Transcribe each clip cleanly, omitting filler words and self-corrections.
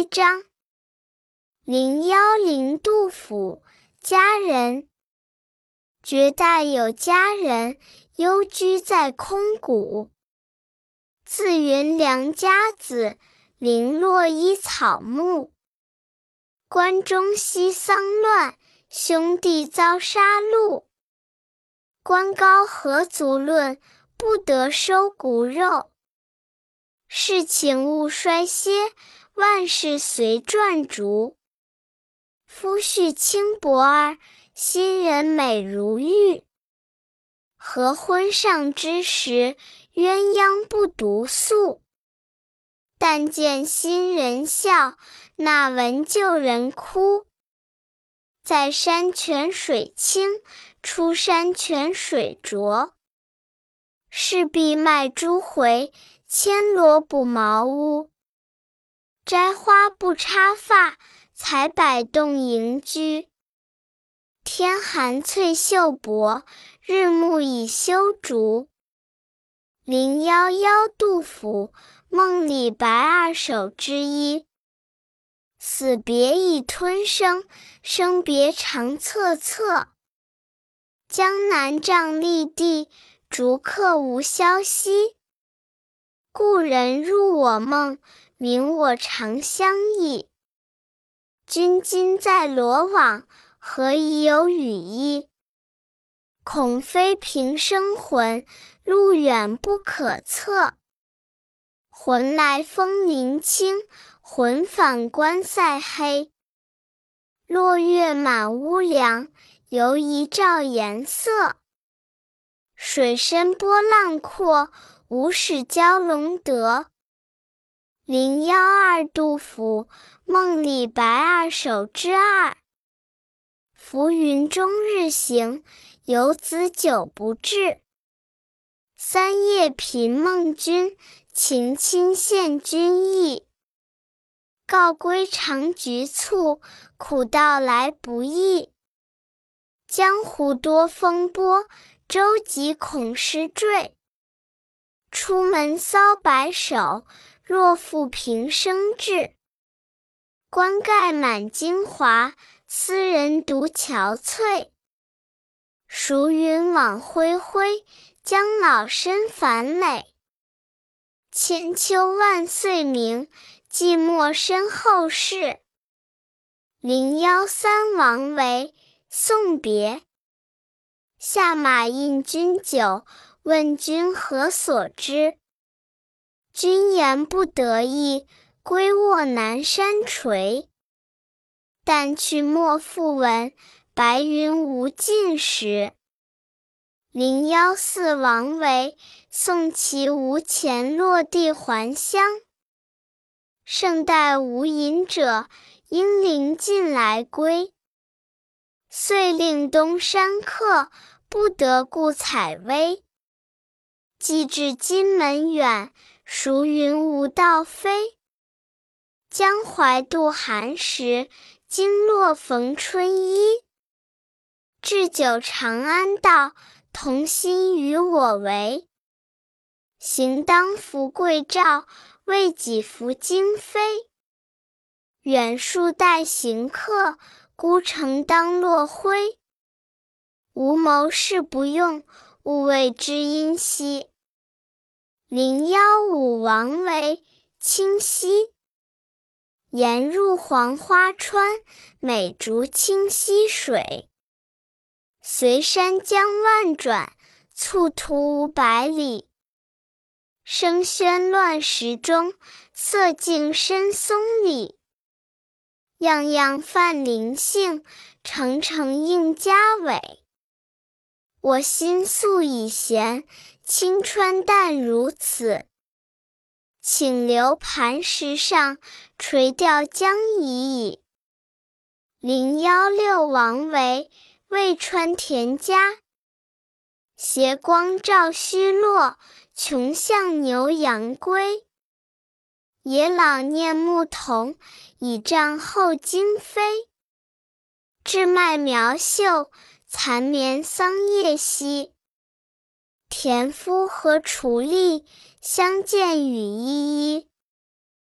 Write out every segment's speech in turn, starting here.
章。010杜甫，佳人。绝代有佳人，幽居在空谷。自云良家子，零落依草木。关中西丧乱，兄弟遭杀戮。官高何足论，不得收骨肉。世情勿衰歇，万事随转逐。夫婿轻薄儿，新人美如玉。合婚上之时，鸳鸯不独宿。但见新人笑，那闻旧人哭。在山泉水清，出山泉水浊。势必卖珠回，牵罗补茅屋。摘花不插发，采柏动营居。天寒翠袖薄，日暮已修竹。011杜甫，梦里白二首之一。死别已吞声，生别长恻恻。江南瘴疠地，逐客无消息。故人入我梦，明我长相忆。君今在罗网，何以有羽翼？恐非平生魂，路远不可测。魂来风林清，魂返关塞黑。落月满屋梁，犹疑照颜色。水深波浪阔，无使蛟龙得。012杜甫，梦里白二首之二。浮云终日行，游子久不至。三夜频梦君，情亲献君意。告归尝局促，苦道来不易。江湖多风波，舟楫恐失坠。出门搔白首，若负平生志。冠盖满京华，斯人独憔悴。孰云往恢恢，将老身反累。千秋万岁名，寂寞身后事。013王维，送别。下马饮君酒，问君何所之。君言不得意，归卧南山陲。但去莫复闻，白云无尽时。014王维，送其无钱落地还乡。胜代无隐者，应临近来归。遂令东山客，不得顾采薇。既至金门远，孰云无道飞。江淮渡寒食，经洛逢春衣。置酒长安道，同心与我为。行当扶桂棹，为己扶荆飞。远戍待行客，孤城当落晖。无谋事不用，勿谓知音稀。015王维，清溪。沿入黄花川，美逐清溪水。随山江万转，促途500里。声喧乱石中，色静深松里。样样泛灵性，澄澄映家伟。我心素已闲，清川淡如此。请留磐石上，垂钓将已矣。016王维，渭川田家。斜光照虚落，穷巷牛羊归。野老念牧童，倚杖候惊飞。志麦苗秀，残眠桑叶稀。田夫和锄吏，相见雨依依。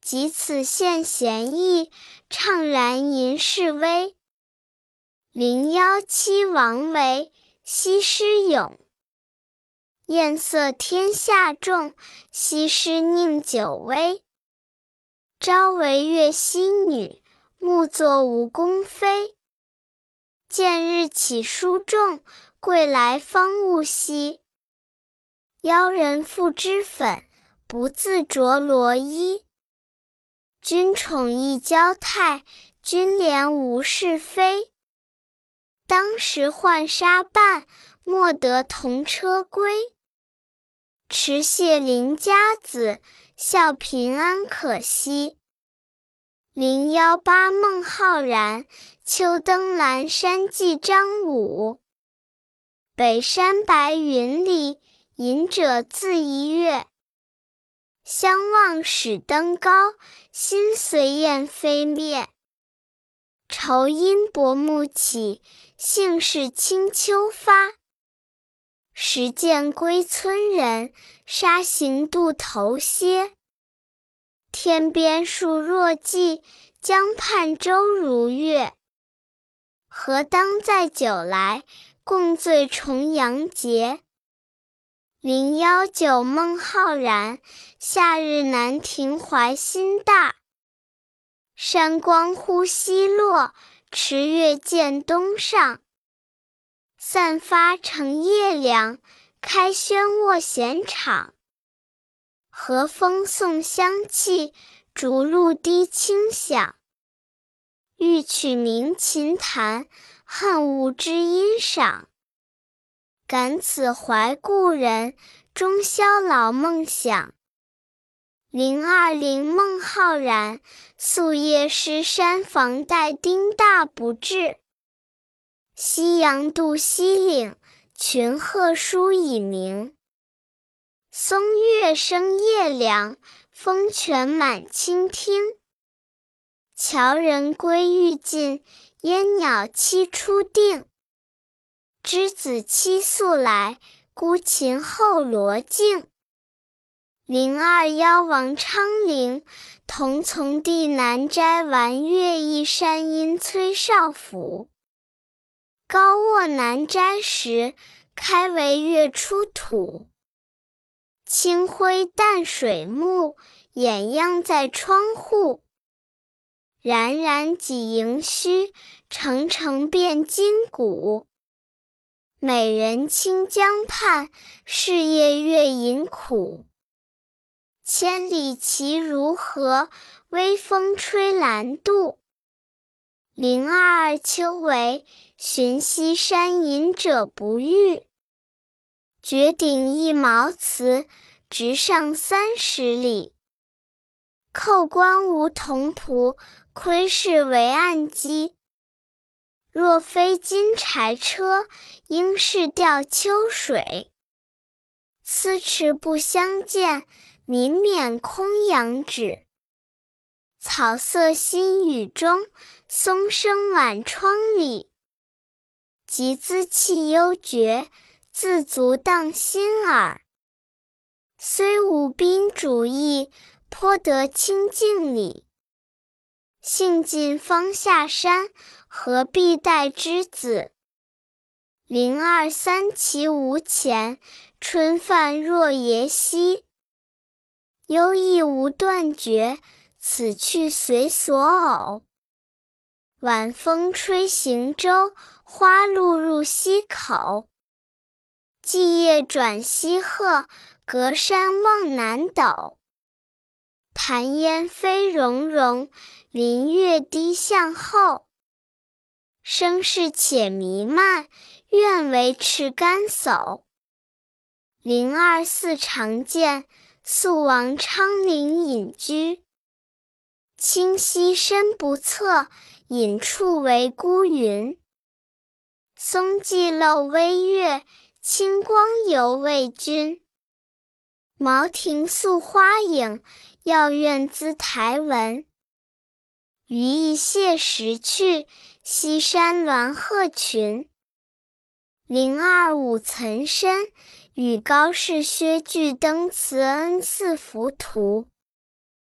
及此献贤意，怅然吟示微。017王维，西施咏。艳色天下重，西施宁久微。朝为越溪女，暮作吴宫妃。见日起书重，归来方悟稀。邀人赋脂粉，不自着罗衣。君宠亦娇态，君怜无是非。当时浣纱伴，莫得同车归。持谢邻家子，笑贫安可惜。018孟浩然，秋登兰山记张武。北山白云里，隐者自一月。相望始登高，心随雁飞灭。愁因薄暮起，兴是清秋发。时见归村人，沙行渡头歇。天边树若荠，江畔舟如月。何当载酒来，共醉重阳节。019孟浩然，夏日南亭怀心大。山光忽西落，池月渐东上。散发成夜凉，开轩卧闲场。和风送香气，竹露滴清响。欲取鸣琴弹，恨无知音赏。感此怀故人，终宵老梦想。020孟浩然，宿夜诗山房待丁大不至。夕阳渡西岭，群鹤书已鸣。松月生夜凉，风泉满清听。樵人归欲尽，烟鸟栖初定。之子期宿来，孤琴后罗镜。021王昌龄，同从弟南斋玩乐毅山阴崔少府。高卧南斋时，开为月出土。清辉淡水暮，掩央在窗户。冉冉几盈虚，澄澄变金谷。美人清江畔，是夜月饮苦。千里其如何，微风吹兰渡。022秋为，寻西山隐者不遇。绝顶一毛茨，直上30里。扣关无同仆，窥视为暗机。若非金柴车，应是吊秋水。思迟不相见，民免空仰指。草色新雨中，松声晚窗里。即兹气幽绝，自足荡心耳。虽无宾主意，颇得清静理。兴尽方下山，何必待之子。023其无前，春泛若耶溪。忧意无断绝，此去随所偶。晚风吹行舟，花露入溪口。既夜转西壑，隔山望南斗。潭烟飞溶溶，林月低向后。声势且弥漫，愿为持竿叟。024常见，宿王昌龄隐居。清溪深不测，隐处为孤云。松际漏微月，清光犹未君。茅亭宿花影，药院资台文。余亦谢时去，西山鸾鹤群。025岑参，与高士薛巨登慈恩寺浮屠。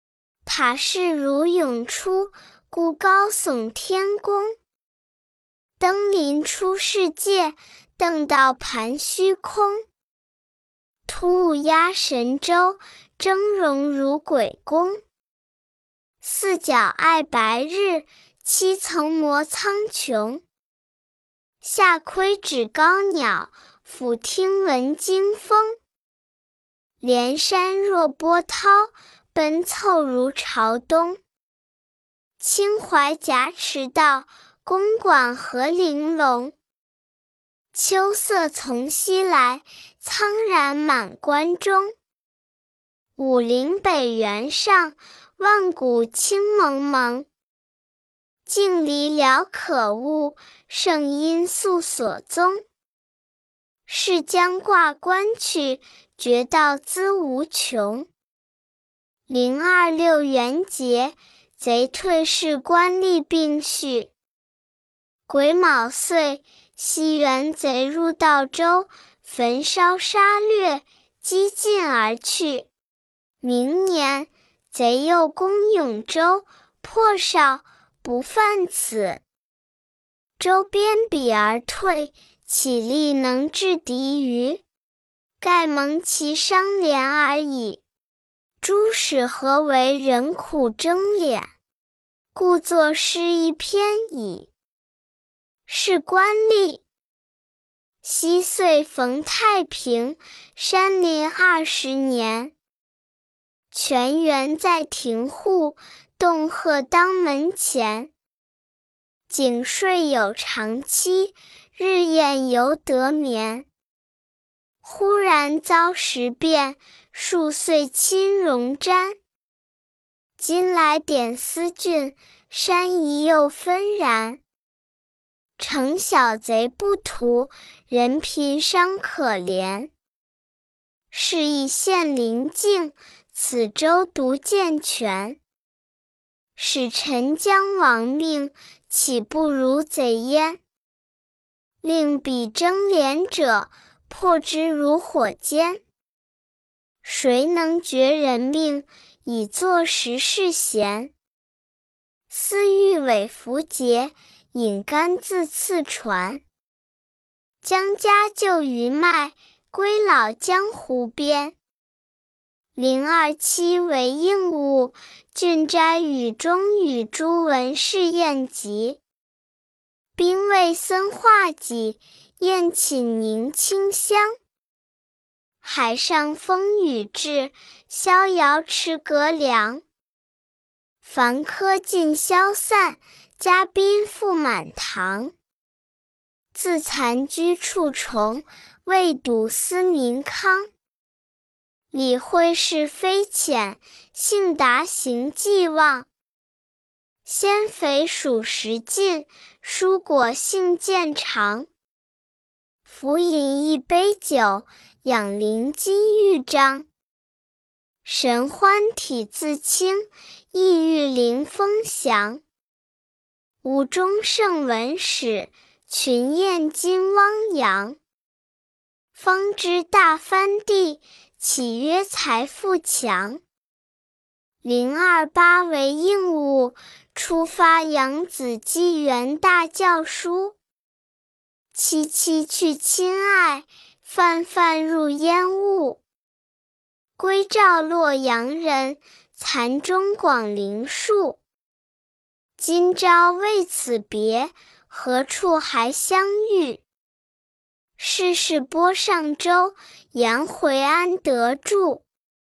塔势如涌出，故高耸天宫。登临出世界，登道盘虚空。突兀压神州，峥嵘如鬼宫。四角碍白日，七层磨苍穹。下窥指高鸟，俯听闻惊风。连山若波涛，奔凑如潮东。青怀夹池道，公馆何玲珑。秋色从西来，苍然满关中。武陵北原上，万古清蒙蒙。镜离辽可悟，圣因素所踪。是将挂冠去，绝道资无穷。026元节，贼退市官吏并续。癸卯岁，西元贼入道州，焚烧杀掠，激尽而去。明年，贼又攻永州，破绍，不犯此。周边彼而退，岂力能制敌于？盖蒙其伤廉而已。诸史何为人苦争敛？故作诗一篇矣。是官吏。昔岁逢太平，山林20年。泉源在庭户，洞壑当门前。井睡有长期，日晏犹得眠。忽然遭时变，数岁亲戎瞻。今来点思郡，山移又纷然。城小贼不图，人贫伤可怜。是以县邻境，此州独健全。使臣将亡命，岂不如贼焉？令彼争廉者，破之如火煎。谁能绝人命，以作时世贤？思欲伪符节，引干自次传。将家就余脉，归老江湖边。027为应物，郡斋宇中与诸文士宴集。兵卫僧化己，宴寝凝清香。海上风雨至，逍遥持阁凉。凡客尽消散，嘉宾复满堂。自残居处重，未睹思民康。理会是非浅，性达行既忘。鲜肥属实尽，蔬果性渐长。浮饮一杯酒，养灵金玉章。神欢体自清，意欲临风翔。吴中圣文史，群雁金汪洋。方知大藩地，岂曰财富强。028为应物，出发扬子基元大教书。萋萋去亲爱，泛泛入烟雾。归照洛阳人，残钟广陵树。今朝为此别，何处还相遇？世事波上舟，颜回安得住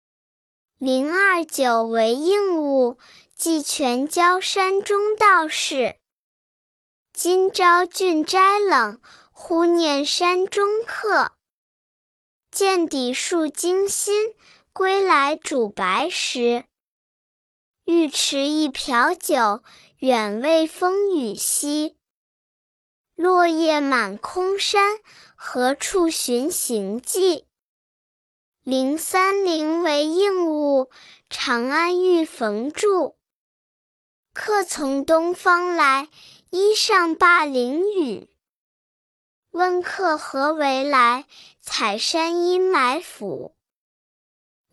？029为应物，寄泉郊山中道士。今朝郡斋冷，忽念山中客。见底数惊心，归来煮白食。欲持一瓢酒，远未风雨息。落叶满空山，何处寻行迹？030为应物，长安遇冯著。客从东方来，衣上灞陵雨。问客何为来，采山阴埋伏。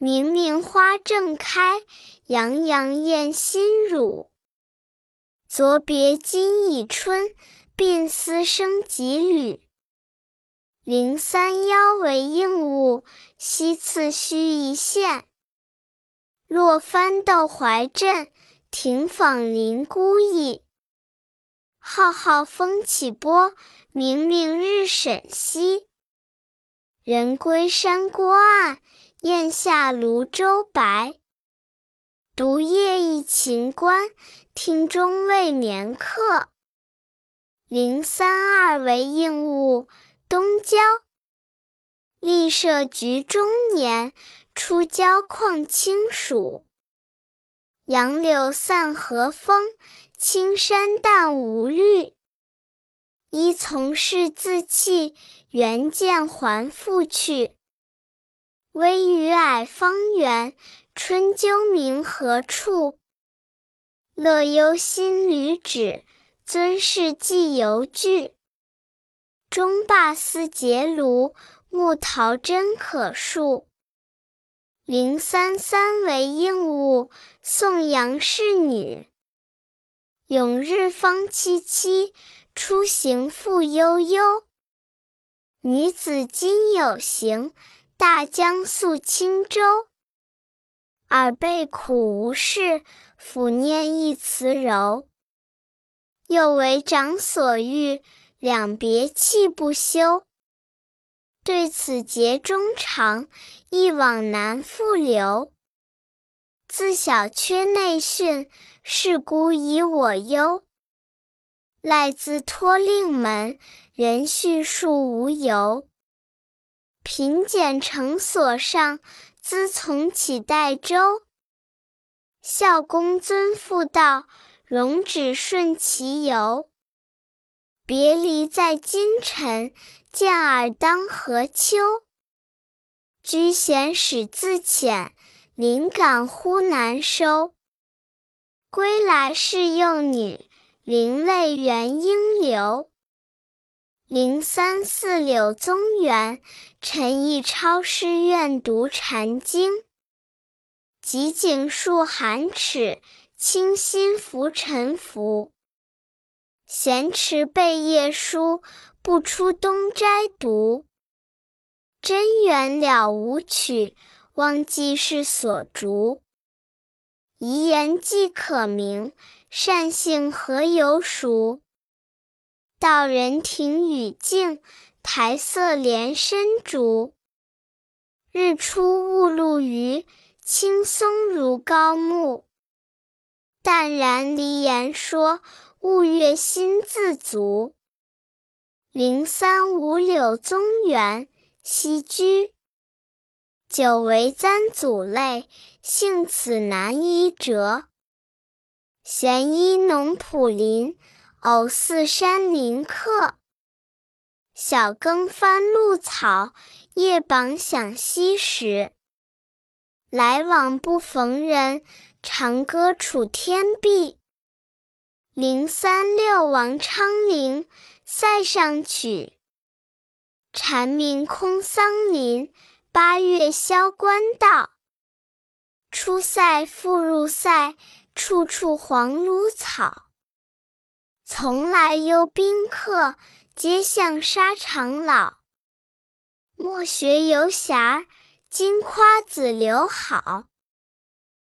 明明花正开，洋洋艳心乳。昨别今已春，鬓丝生几缕。03为应物，西次须一线。若翻斗怀镇，停舫临孤驿。浩浩风起波，明明日沈西。人归山郭岸，雁下庐州白。独夜忆秦关，厅中未眠客。032为应物，东郊。历舍菊中年，出郊况清暑。杨柳散和风，青山淡无绿。依从事自弃，原见还复去。微雨霭方圆，春究明何处？乐忧心旅止，尊士既犹惧。终罢思结庐，木桃真可数。033为应物，宋阳侍女。永日方戚戚，出行复悠悠。女子今有行，大江溯轻舟。尔辈苦无事，抚念一词柔。又为长所欲，两别泣不休。对此节衷肠，一往难复留。自小缺内训，是孤以我忧。赖自托令门，人叙述无由。贫俭诚所上，资从乞代周。孝公遵父道，容止顺其由。别离在今晨，见尔当何秋？居闲始自遣，临感忽难收。归来是幼女，灵泪原应流。034柳宗元，陈毅超诗愿读禅经。极景数寒尺，清心拂尘服。闲持背夜书，不出东斋读。真缘了无曲，忘记是所逐。遗言既可明，善性何由熟？道人庭宇静，台色连深竹。日出雾露余，青松如高木。淡然离言说，悟月心自足。035柳宗元，西居。久为簪阻类，幸此难衣折。闲依农圃林，偶似山林客。晓耕翻露草，夜榜响溪石。来往不逢人，长歌楚天碧。036王昌龄，塞上曲。蝉鸣空桑林，8月萧关道。出塞复入塞，处处黄芦草。从来忧宾客，皆向沙场老。莫学游侠，今夸子留好。